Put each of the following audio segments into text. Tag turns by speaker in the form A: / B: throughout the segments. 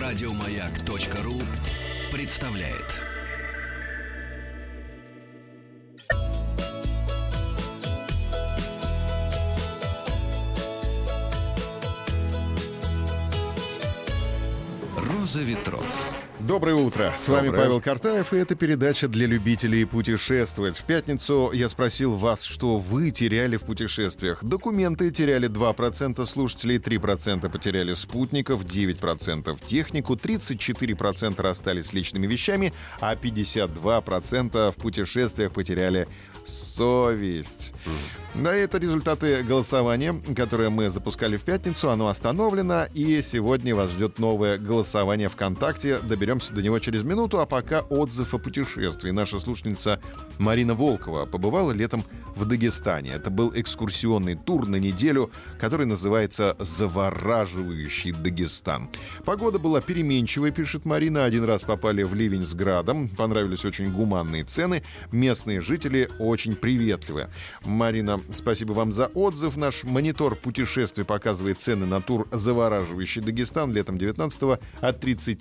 A: Радиомаяк.ру представляет. «Роза ветров».
B: Доброе утро. С вами Павел Картаев, и это передача для любителей путешествовать. В пятницу я спросил вас, что вы теряли в путешествиях. Документы теряли 2% слушателей, 3% потеряли спутников, 9% технику, 34% расстались с личными вещами, а 52% в путешествиях потеряли совесть. Да, это результаты голосования, которое мы запускали в пятницу. Оно остановлено, и сегодня вас ждет новое голосование ВКонтакте. Доберемся до него через минуту, а пока отзыв о путешествии. Наша слушательница Марина Волкова побывала летом в Дагестане. Это был экскурсионный тур на неделю, который называется «Завораживающий Дагестан». Погода была переменчивой, пишет Марина. Один раз попали в ливень с градом. Понравились очень гуманные цены. Местные жители очень приветливые. Марина, спасибо вам за отзыв. Наш монитор путешествий показывает цены на тур «Завораживающий Дагестан» летом 19-го от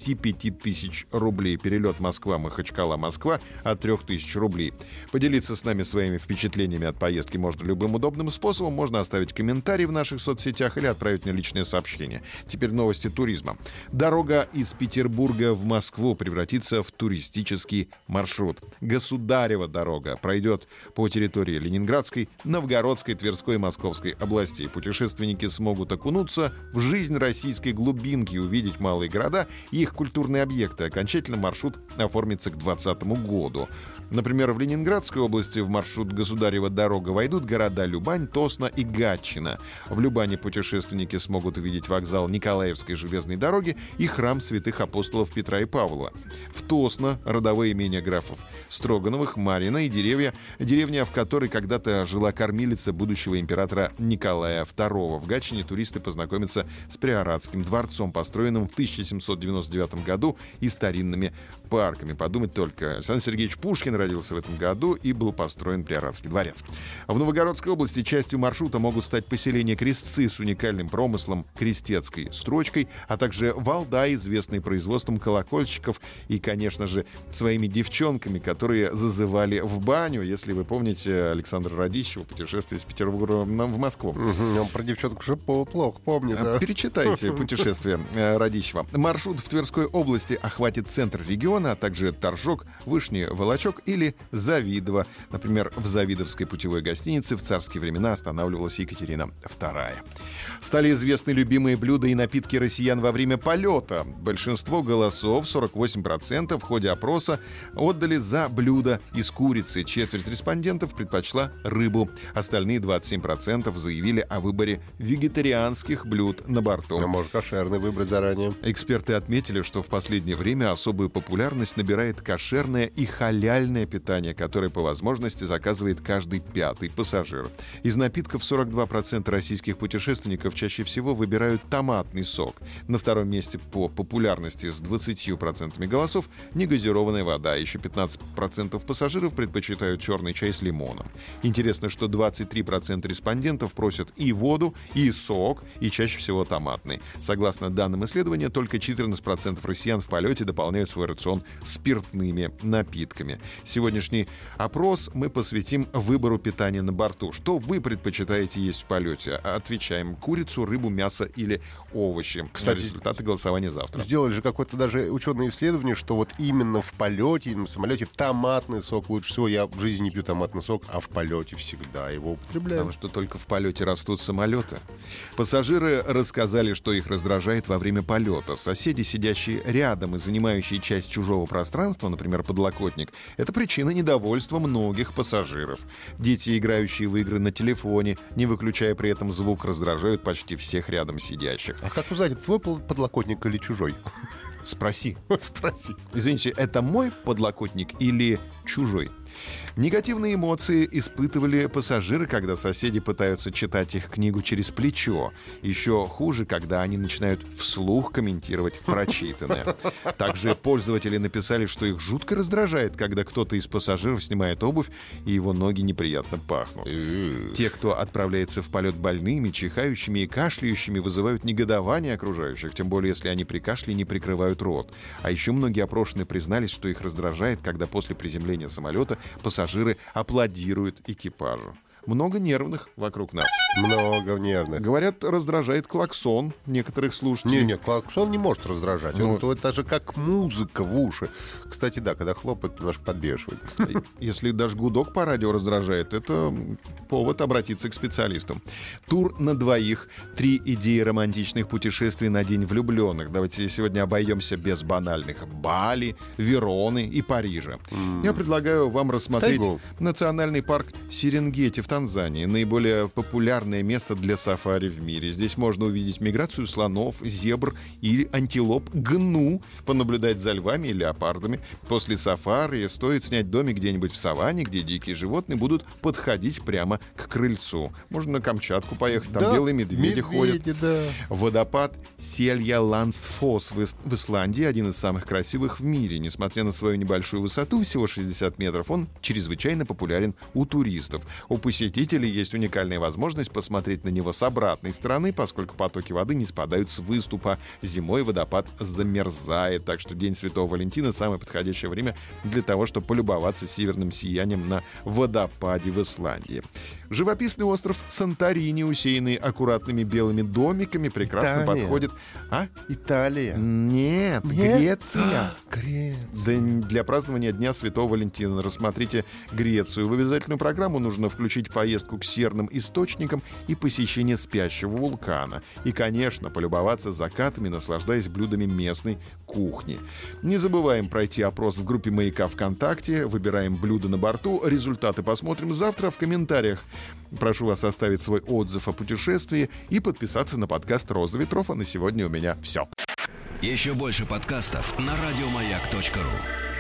B: 35 тысяч рублей. Перелет Москва-Махачкала-Москва от 3 тысяч рублей. Поделиться с нами своими впечатлениями от поездки можно любым удобным способом. Можно оставить комментарий в наших соцсетях или отправить мне личное сообщение. Теперь новости туризма. Дорога из Петербурга в Москву превратится в туристический маршрут. Государева дорога пройдет по территории Ленинградской, Новгородской, Тверской и Московской областей. Путешественники смогут окунуться в жизнь российской глубинки, увидеть малые города и их культурные объекты. Окончательно маршрут оформится к 2020 году. Например, в Ленинградской области в маршрут «Государева дорога» войдут города Любань, Тосно и Гатчина. В Любани путешественники смогут увидеть вокзал Николаевской железной дороги и храм святых апостолов Петра и Павла. В Тосно родовое имение графов Строгановых, Марина и деревня, в которой когда-то жила кормилица будущего императора Николая II. В Гатчине туристы познакомятся с Приоратским дворцом, построенным в 1799 году, и старинными парками. Подумать только, Александр Сергеевич Пушкин родился в этом году, и был построен Приоратский дворец. В Новгородской области частью маршрута могут стать поселения Крестцы с уникальным промыслом, крестецкой строчкой, а также Валдай, известный производством колокольчиков и, конечно же, своими девчонками, которые зазывали в баню. Если вы помните Александра Радищева, путешествие из Петербурга в Москву.
C: Он про девчонку же плохо помнит. Да?
B: Перечитайте путешествие Радищева. Маршрут в Тверской области охватит центр региона, а также Торжок, Вышний Волочок или Завидово. Например, в Завидовской путевой гостинице в царские времена останавливалась Екатерина II. Стали известны любимые блюда и напитки россиян во время полета. Большинство голосов, 48%, в ходе опроса отдали за блюда из курицы. Четверть респондентов предпочла рыбу. Остальные 27% заявили о выборе вегетарианских блюд на борту.
C: А может, кошерный выбрать заранее.
B: Эксперты отметили, что в последнее время особую популярность набирает кошерное и халяльное питание, которое по возможности заказывает каждый пятый пассажир. Из напитков 42% российских путешественников чаще всего выбирают томатный сок. На втором месте по популярности с 20% голосов негазированная вода. Еще 15% пассажиров предпочитают черный чай с лимоном. Интересно, что 23% респондентов просят и воду, и сок, и чаще всего томатный. Согласно данным исследования, только 14% россиян в полете дополняют свой рацион спиртными напитками. Сегодняшний опрос мы посвятим выбору питания на борту. Что вы предпочитаете есть в полете? Отвечаем: курицу, рыбу, мясо или овощи.
C: Кстати,
B: результаты голосования завтра.
C: Сделали же какое-то даже ученое исследование, что вот именно в полете, на самолете томатный сок лучше всего. Я в жизни не пью томатный сок, а в полете всегда его употребляю.
B: Потому что только в полете растут самолеты. Пассажиры рассказали, что их раздражает во время полета. Соседи, сидящие рядом и занимающие часть чужого пространства, например, подлокотник, это причина недовольства многих пассажиров. Дети, играющие в игры на телефоне, не выключая при этом звук, раздражают почти всех рядом сидящих.
C: А как узнать, твой подлокотник или чужой?
B: Спроси.
C: Спроси.
B: Извините, это мой подлокотник или чужой? Негативные эмоции испытывали пассажиры, когда соседи пытаются читать их книгу через плечо. Еще хуже, когда они начинают вслух комментировать прочитанное. Также пользователи написали, что их жутко раздражает, когда кто-то из пассажиров снимает обувь, и его ноги неприятно пахнут. Те, кто отправляется в полет больными, чихающими и кашляющими, вызывают негодование окружающих, тем более, если они при кашле не прикрывают рот. А еще многие опрошенные признались, что их раздражает, когда после приземления самолета пассажиры аплодируют экипажу. Много нервных вокруг нас.
C: Много нервных.
B: Говорят, раздражает клаксон некоторых слушателей.
C: Не, клаксон не может раздражать. Это же как музыка в уши. Кстати, да, когда хлопает, немножко подбешивает.
B: Если даже гудок по радио раздражает, это повод обратиться к специалистам. Тур на двоих. 3 идеи романтичных путешествий на День влюбленных. Давайте сегодня обойдемся без банальных. Бали, Вероны и Парижа. Я предлагаю вам рассмотреть национальный парк Серенгети в Танзании. Наиболее популярное место для сафари в мире. Здесь можно увидеть миграцию слонов, зебр и антилоп, гну, понаблюдать за львами и леопардами. После сафари стоит снять домик где-нибудь в саванне, где дикие животные будут подходить прямо к крыльцу. Можно на Камчатку поехать, там белые медведи ходят. Да. Водопад Селья-Лансфос в Исландии один из самых красивых в мире. Несмотря на свою небольшую высоту, всего 60 метров, он чрезвычайно популярен у туристов. У посетителей есть уникальная возможность посмотреть на него с обратной стороны, поскольку потоки воды не спадают с выступа. Зимой водопад замерзает, так что День Святого Валентина — самое подходящее время для того, чтобы полюбоваться северным сиянием на водопаде в Исландии. Живописный остров Санторини, усеянный аккуратными белыми домиками, прекрасно подходит.
C: Италия.
B: Нет, Греция.
C: Греция.
B: Да, для празднования Дня Святого Валентина рассмотрите Грецию. В обязательную программу нужно включить поездку к серным источникам и посещение спящего вулкана. И, конечно, полюбоваться закатами, наслаждаясь блюдами местной кухни. Не забываем пройти опрос в группе «Маяка» ВКонтакте. Выбираем блюдо на борту. Результаты посмотрим завтра в комментариях. Прошу вас оставить свой отзыв о путешествии и подписаться на подкаст «Роза ветров». А на сегодня у меня все.
A: Еще больше подкастов на радиомаяк.ру.